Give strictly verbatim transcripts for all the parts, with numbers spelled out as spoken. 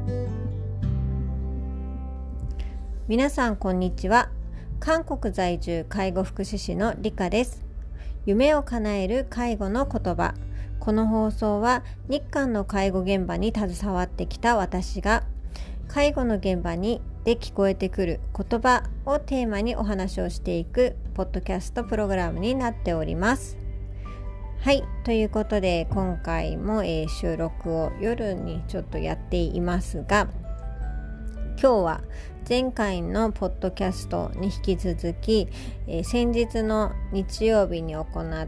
皆さんこんにちは。韓国在住介護福祉士のリカです。夢を叶える介護の言葉。この放送は日韓の介護現場に携わってきた私が介護の現場にで聞こえてくる言葉をテーマにお話をしていくポッドキャストプログラムになっております。はい、ということで今回も、えー、収録を夜にちょっとやっていますが、今日は前回のポッドキャストに引き続き、えー、先日の日曜日に行った、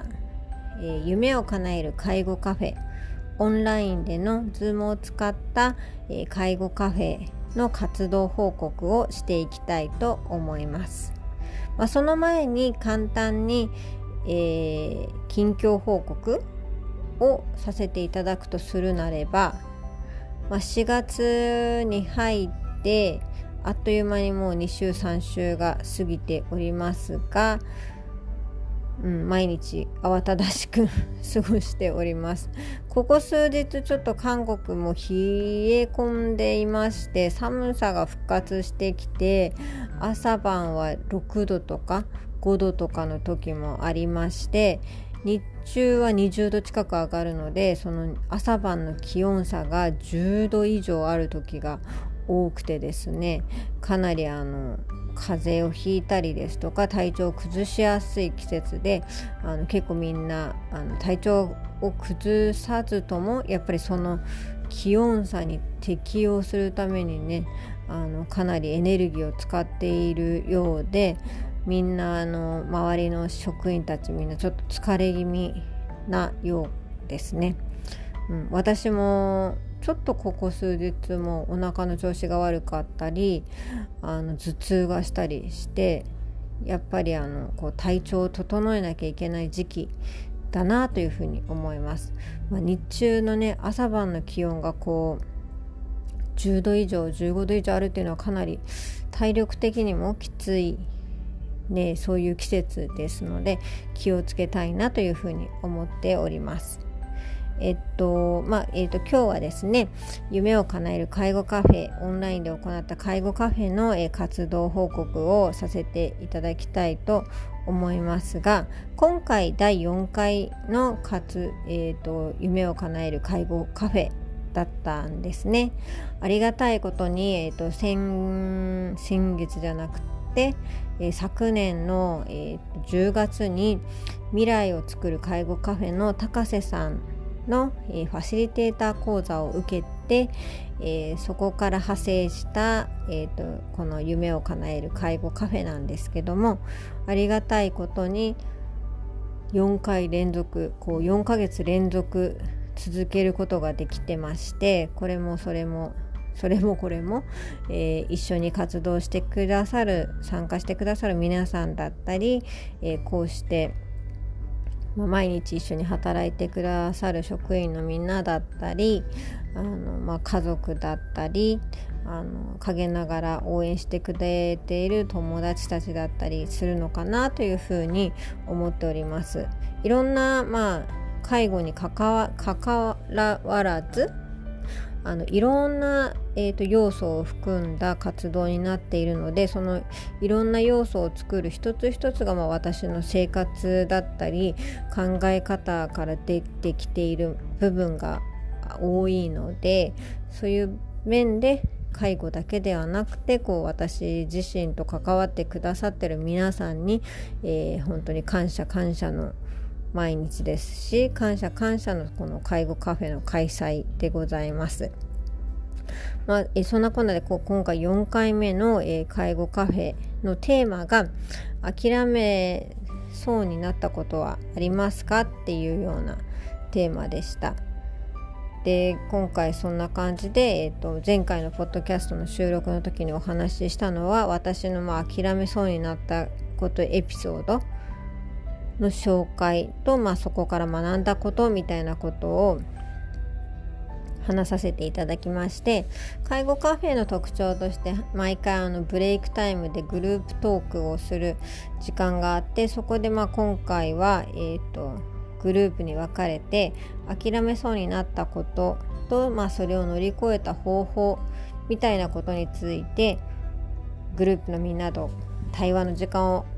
えー、夢を叶える介護カフェ、オンラインでの Zoom を使った、えー、介護カフェの活動報告をしていきたいと思います。まあ、その前に簡単に、えー、近況報告をさせていただくとするなれば、まあ、しがつに入ってあっという間にもうに週さん週が過ぎておりますが、うん、毎日慌ただしく過ごしております。ここ数日ちょっと韓国も冷え込んでいまして、寒さが復活してきて、朝晩はろくどとかごどとかの時もありまして、日中はにじゅうど近く上がるので、その朝晩の気温差がじゅうど以上ある時が多くてですね、かなりあの風邪をひいたりですとか体調を崩しやすい季節で、あの結構みんなあの体調を崩さずともやっぱりその気温差に適応するためにね、あのかなりエネルギーを使っているようで、みんなあの周りの職員たちみんなちょっと疲れ気味なようですね。うん、私もちょっとここ数日もお腹の調子が悪かったり、あの頭痛がしたりして、やっぱりあのこう体調を整えなきゃいけない時期だなというふうに思います。まあ、日中のね朝晩の気温がこうじゅうど以上じゅうごど以上あるっていうのはかなり体力的にもきついね、そういう季節ですので気をつけたいなというふうに思っております。えっとまあえっと今日はですね、夢を叶える介護カフェ、オンラインで行った介護カフェの、えー、活動報告をさせていただきたいと思いますが、今回だいよんかいの活、えっと夢を叶える介護カフェだったんですね。ありがたいことに、えっと先先月じゃなくてえー、昨年の、えー、じゅうがつに未来を作る介護カフェの高瀬さんの、えー、ファシリテーター講座を受けて、えー、そこから派生した、えーと、この夢を叶える介護カフェなんですけども、ありがたいことによんかい連続こうよんかげつ連続続けることができてまして、これもそれもそれもこれも、えー、一緒に活動してくださる参加してくださる皆さんだったり、えー、こうして、まあ、毎日一緒に働いてくださる職員のみんなだったり、あの、まあ、家族だったり、あの陰ながら応援してくれている友達たちだったりするのかなというふうに思っております。いろんな、まあ、介護に関わ、関わらずあのいろんな、えーと、要素を含んだ活動になっているので、そのいろんな要素を作る一つ一つが、まあ、私の生活だったり考え方から出てきている部分が多いので、そういう面で介護だけではなくてこう私自身と関わってくださっている皆さんに、えー、本当に感謝感謝の毎日ですし、感謝感謝のこの介護カフェの開催でございます。まあ、えそんなこんなでこう今回よんかいめの、えー、介護カフェのテーマが諦めそうになったことはありますかっていうようなテーマでした。で今回そんな感じで、えーと、前回のポッドキャストの収録の時にお話ししたのは私のまあ諦めそうになったことエピソードの紹介と、まあ、そこから学んだことみたいなことを話させていただきまして、介護カフェの特徴として毎回あのブレイクタイムでグループトークをする時間があって、そこでまあ今回は、えーと、グループに分かれて諦めそうになったことと、まあ、それを乗り越えた方法みたいなことについてグループのみんなと対話の時間を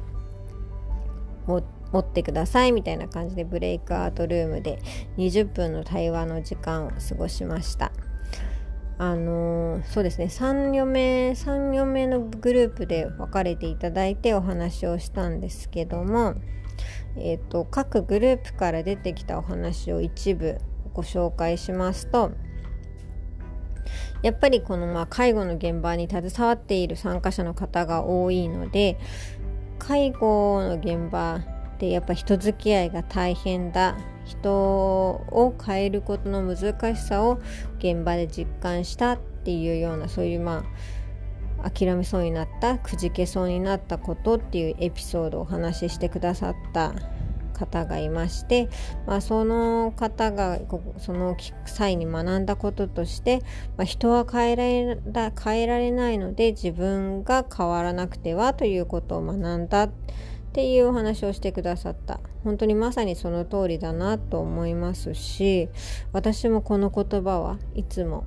も持ってくださいみたいな感じでブレイクアウトルームでにじゅっぷんの対話の時間を過ごしました。あのー、そうですねさん、よめさん、よめのグループで分かれていただいてお話をしたんですけども、えーと、各グループから出てきたお話を一部ご紹介しますと、やっぱりこのまあ介護の現場に携わっている参加者の方が多いので、介護の現場でやっぱ人付き合いが大変だ、人を変えることの難しさを現場で実感したっていうような、そういうまあ諦めそうになった、くじけそうになったことっていうエピソードをお話ししてくださった方がいまして、まあ、その方がその際に学んだこととして、まあ、人は変えられ、変えられないので自分が変わらなくてはということを学んだっていうお話をしてくださった。本当にまさにその通りだなと思いますし、私もこの言葉はいつも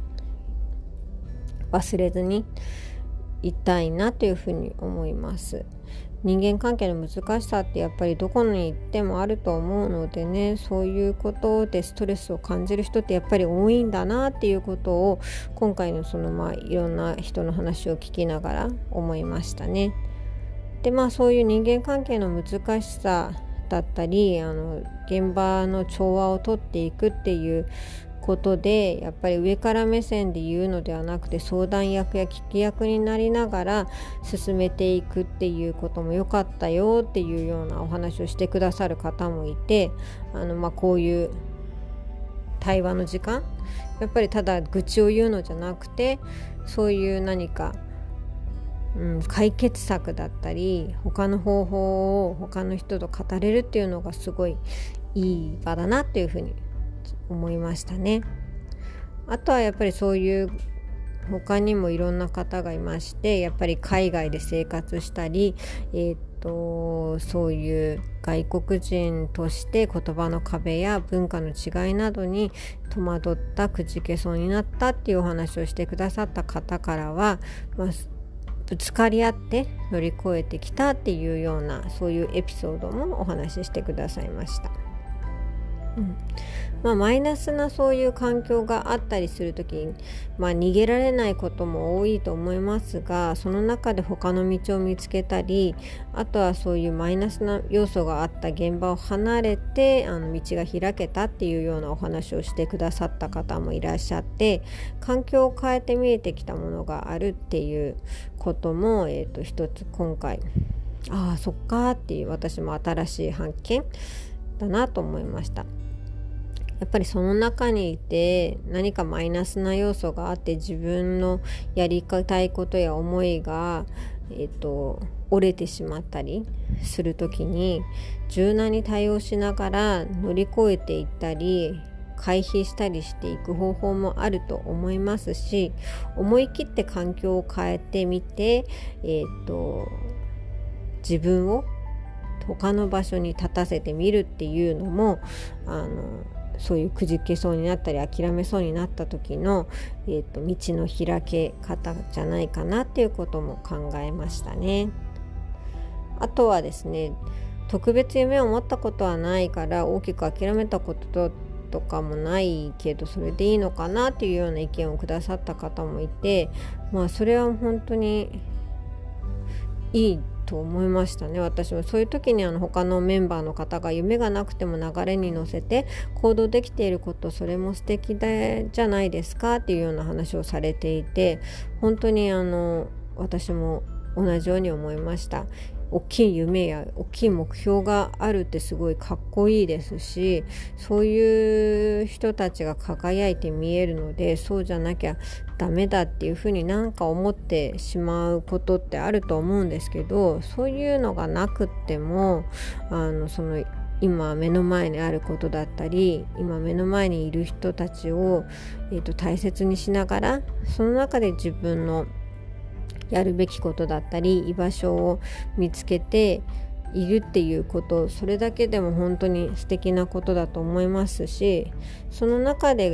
忘れずにいたいなというふうに思います。人間関係の難しさってやっぱりどこに行ってもあると思うのでね、そういうことでストレスを感じる人ってやっぱり多いんだなっていうことを今回のそのまあいろんな人の話を聞きながら思いましたね。でまあそういう人間関係の難しさだったり、あの現場の調和をとっていくっていうことで、やっぱり上から目線で言うのではなくて相談役や聞き役になりながら進めていくっていうことも良かったよっていうようなお話をしてくださる方もいて、あのまあこういう対話の時間、やっぱりただ愚痴を言うのじゃなくて、そういう何かうん、解決策だったり他の方法を他の人と語れるっていうのがすごいいい場だなっていうふうに思いましたね。あとはやっぱりそういう他にもいろんな方がいまして、やっぱり海外で生活したり、えー、っとそういう外国人として言葉の壁や文化の違いなどに戸惑った、くじけそうになったっていうお話をしてくださった方からは、まあぶつかり合って乗り越えてきたっていうような、そういうエピソードもお話ししてくださいました。うんまあ、マイナスなそういう環境があったりするときに、まあ、逃げられないことも多いと思いますが、その中で他の道を見つけたり、あとはそういうマイナスな要素があった現場を離れてあの道が開けたっていうようなお話をしてくださった方もいらっしゃって、環境を変えて見えてきたものがあるっていうことも、えーと、一つ今回ああそっかっていう、私も新しい発見だなと思いました。やっぱりその中にいて何かマイナスな要素があって、自分のやりたいことや思いが、えーと、折れてしまったりするときに柔軟に対応しながら乗り越えていったり回避したりしていく方法もあると思いますし、思い切って環境を変えてみて、えーと、自分を他の場所に立たせてみるっていうのも、あのそういうくじけそうになったり諦めそうになった時の、えーと、道の開け方じゃないかなっていうことも考えましたね。あとはですね、特別夢を持ったことはないから大きく諦めたこととかもないけどそれでいいのかなっていうような意見をくださった方もいて、まあそれは本当にいいと思いましたね。私もそういう時にあの他のメンバーの方が夢がなくても流れに乗せて行動できていること、それも素敵でじゃないですかっていうような話をされていて、本当にあの私も同じように思いました。大きい夢や大きい目標があるってすごいかっこいいですし、そういう人たちが輝いて見えるので、そうじゃなきゃダメだっていうふうになんか思ってしまうことってあると思うんですけど、そういうのがなくってもあのその今目の前にあることだったり、今目の前にいる人たちを、えーと、大切にしながら、その中で自分のやるべきことだったり居場所を見つけているっていうこと、それだけでも本当に素敵なことだと思いますし、その中で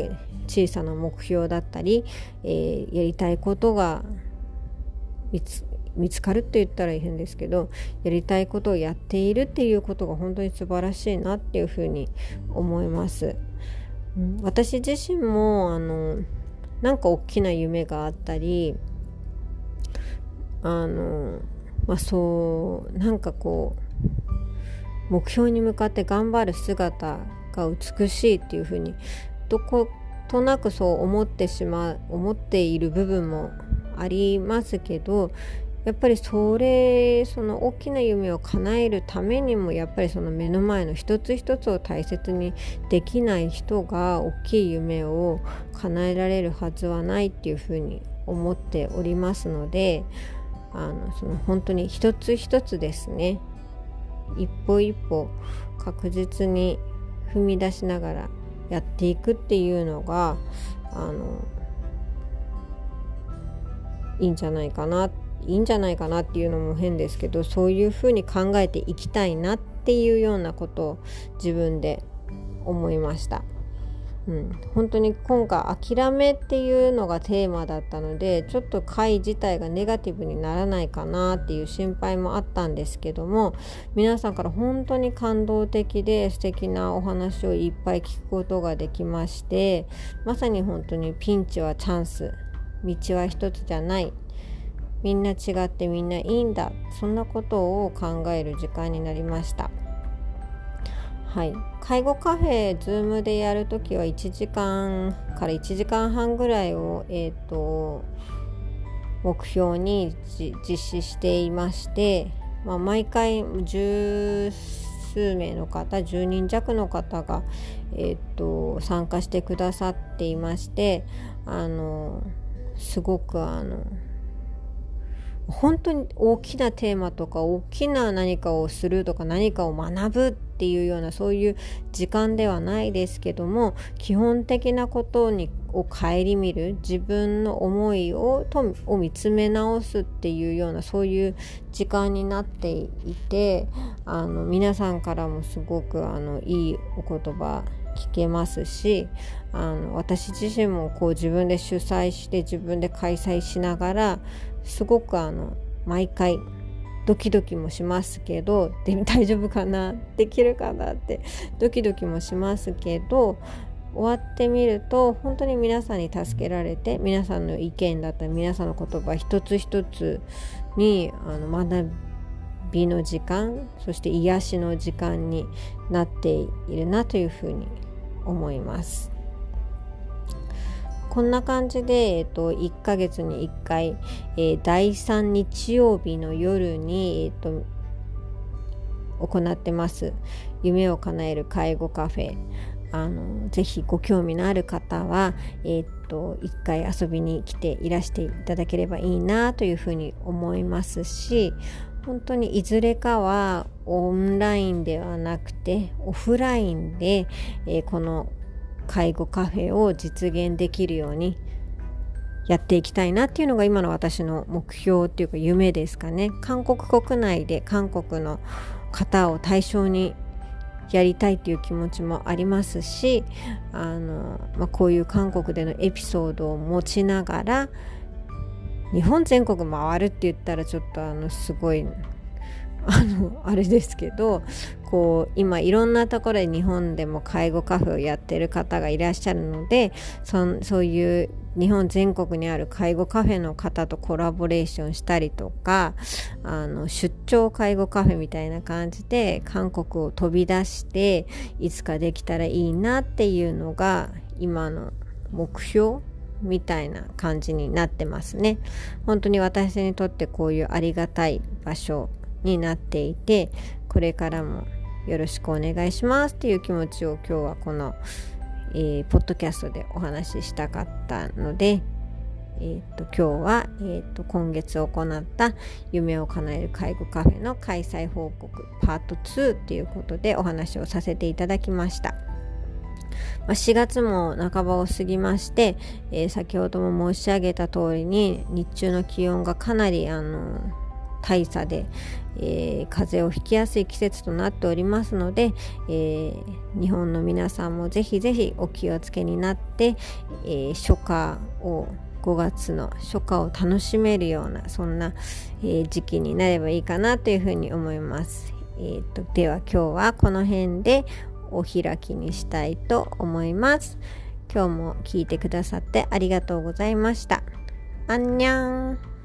小さな目標だったり、えー、やりたいことが見つ、見つかるって言ったら変ですけど、やりたいことをやっているっていうことが本当に素晴らしいなっていうふうに思います。うん、私自身もあのなんか大きな夢があったり、あのまあそうなんかこう目標に向かって頑張る姿が美しいっていうふうにどことなくそう思ってしまう思っている部分もありますけど、やっぱりそれその大きな夢を叶えるためにもやっぱりその目の前の一つ一つを大切にできない人が大きい夢を叶えられるはずはないっていうふうに思っておりますので、あのその本当に一つ一つですね、一歩一歩確実に踏み出しながらやっていくっていうのがあのいいんじゃないかないいんじゃないかなっていうのも変ですけど、そういうふうに考えていきたいなっていうようなことを自分で思いました。うん、本当に今回諦めっていうのがテーマだったので、ちょっと回自体がネガティブにならないかなっていう心配もあったんですけども、皆さんから本当に感動的で素敵なお話をいっぱい聞くことができまして、まさに本当にピンチはチャンス、道は一つじゃない、みんな違ってみんないいんだ、そんなことを考える時間になりました。はい、介護カフェ Zoom でやるときはいちじかんからいちじかんはんぐらいを、えーと、目標に実施していまして、まあ、毎回十数名の方、じゅうにん弱の方が、えーと、参加してくださっていまして、あのすごくあの本当に大きなテーマとか大きな何かをするとか何かを学ぶっていうようなそういう時間ではないですけども、基本的なことにを顧みる、自分の思いをとを見つめ直すっていうようなそういう時間になっていて、あの皆さんからもすごくあのいいお言葉聞けますし、あの私自身もこう自分で主催して自分で開催しながらすごくあの毎回ドキドキもしますけど、で大丈夫かな、できるかなってドキドキもしますけど、終わってみると本当に皆さんに助けられて、皆さんの意見だったり皆さんの言葉一つ一つにあの学びの時間、そして癒しの時間になっているなというふうに思います。こんな感じで、えっと、いっかげつにいっかい、えー、だいさん日曜日の夜に、えっと、行ってます夢を叶える介護カフェ、あのぜひご興味のある方は、えっと、いっかい遊びに来ていらしていただければいいなというふうに思いますし、本当にいずれかはオンラインではなくてオフラインで、えー、この介護カフェを実現できるようにやっていきたいなっていうのが今の私の目標っていうか夢ですかね。韓国国内で韓国の方を対象にやりたいっていう気持ちもありますし、あの、まあ、こういう韓国でのエピソードを持ちながら日本全国回るって言ったらちょっとあのすごいあのあれですけど、こう今いろんなところで日本でも介護カフェをやってる方がいらっしゃるので、そ, そういう日本全国にある介護カフェの方とコラボレーションしたりとか、あの出張介護カフェみたいな感じで韓国を飛び出していつかできたらいいなっていうのが今の目標みたいな感じになってますね。本当に私にとってこういうありがたい場所になっていて、これからもよろしくお願いしますっていう気持ちを今日はこの、えー、ポッドキャストでお話ししたかったので、えー、と今日は、えー、と今月行った夢を叶える介護カフェの開催報告パートツーということでお話をさせていただきました。しがつも半ばを過ぎまして、えー、先ほども申し上げた通りに日中の気温がかなりあの大差で、えー、風邪をひきやすい季節となっておりますので、えー、日本の皆さんもぜひぜひお気をつけになって、えー、初夏をごがつの初夏を楽しめるようなそんな、えー、時期になればいいかなというふうに思います。えーと、では今日はこの辺でお開きにしたいと思います。今日も聞いてくださってありがとうございました。アンニャン。